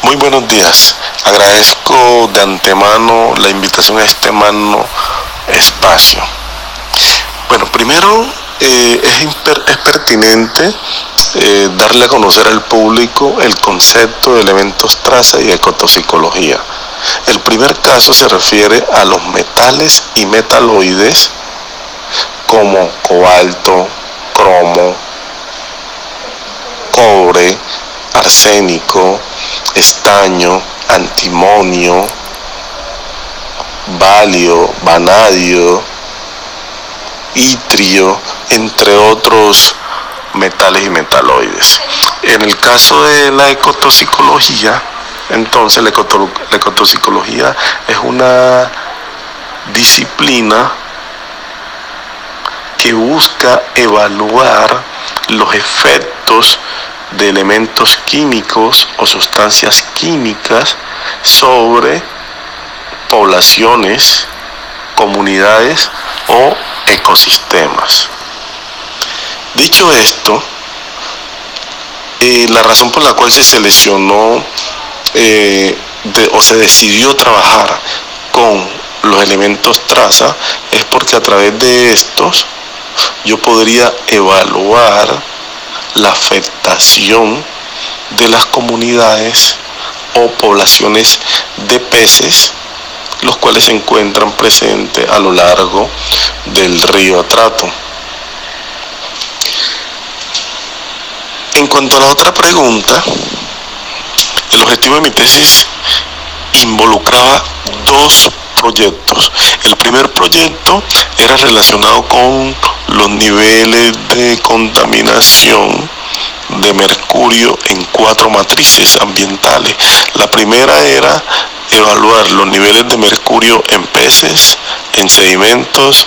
Muy buenos días. Agradezco de antemano la invitación a este magno espacio. Bueno, primero es pertinente darle a conocer al público el concepto de elementos traza y ecotoxicología. El primer caso se refiere a los metales y metaloides como cobalto, cromo, cobre, arsénico, estaño, antimonio, balio, vanadio, itrio, entre otros metales y metaloides. En el caso de la ecotoxicología, entonces la ecotoxicología es una disciplina que busca evaluar los efectos de elementos químicos o sustancias químicas sobre poblaciones, comunidades o ecosistemas. Dicho esto, la razón por la cual se seleccionó o se decidió trabajar con los elementos traza es porque a través de estos yo podría evaluar la afectación de las comunidades o poblaciones de peces, los cuales se encuentran presentes a lo largo del río Atrato. En cuanto a la otra pregunta, el objetivo de mi tesis involucraba dos proyectos. El primer proyecto era relacionado con los niveles de contaminación de mercurio en 4 matrices ambientales. La primera era evaluar los niveles de mercurio en peces, en sedimentos,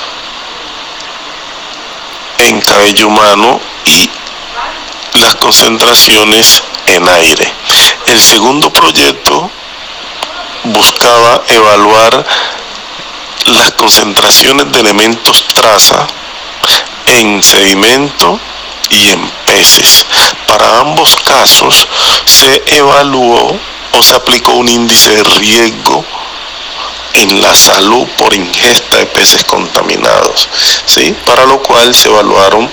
en cabello humano y las concentraciones en aire. El segundo proyecto buscaba evaluar las concentraciones de elementos traza en sedimento y en peces. Para ambos casos se evaluó o se aplicó un índice de riesgo en la salud por ingesta de peces contaminados, ¿sí? Para lo cual se evaluaron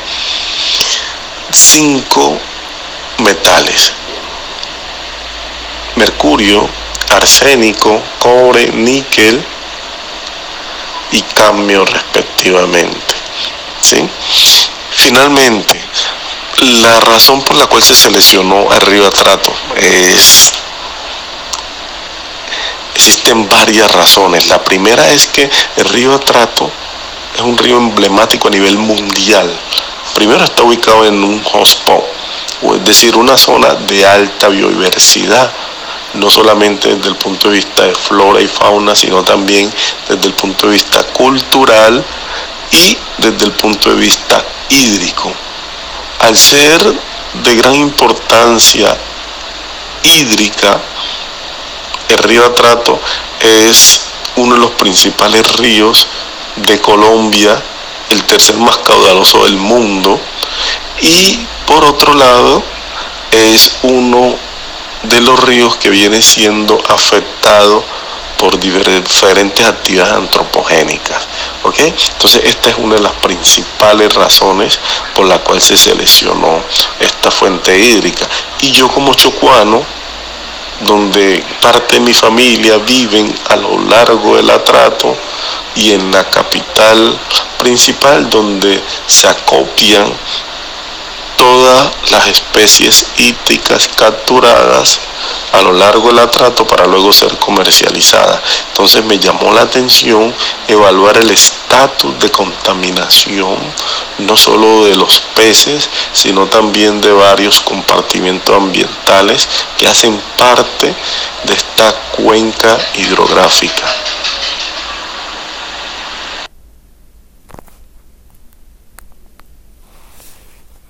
5 metales: mercurio, arsénico, cobre, níquel y cadmio respectivamente, ¿sí? Finalmente, la razón por la cual se seleccionó el río Atrato existen varias razones. La primera es que el río Atrato es un río emblemático a nivel mundial. Primero, está ubicado en un hotspot, es decir, una zona de alta biodiversidad, no solamente desde el punto de vista de flora y fauna, sino también desde el punto de vista cultural y desde el punto de vista hídrico. Al ser de gran importancia hídrica, el río Atrato es uno de los principales ríos de Colombia, el tercer más caudaloso del mundo, y por otro lado es uno de los ríos que viene siendo afectado por diferentes actividades antropogénicas, ¿ok? Entonces esta es una de las principales razones por la cual se seleccionó esta fuente hídrica. Y yo, como chocuano, donde parte de mi familia viven a lo largo del Atrato y en la capital principal, donde se acopian todas las especies hídricas capturadas a lo largo del Atrato para luego ser comercializadas. Entonces me llamó la atención evaluar el estatus de contaminación, no solo de los peces, sino también de varios compartimentos ambientales que hacen parte de esta cuenca hidrográfica.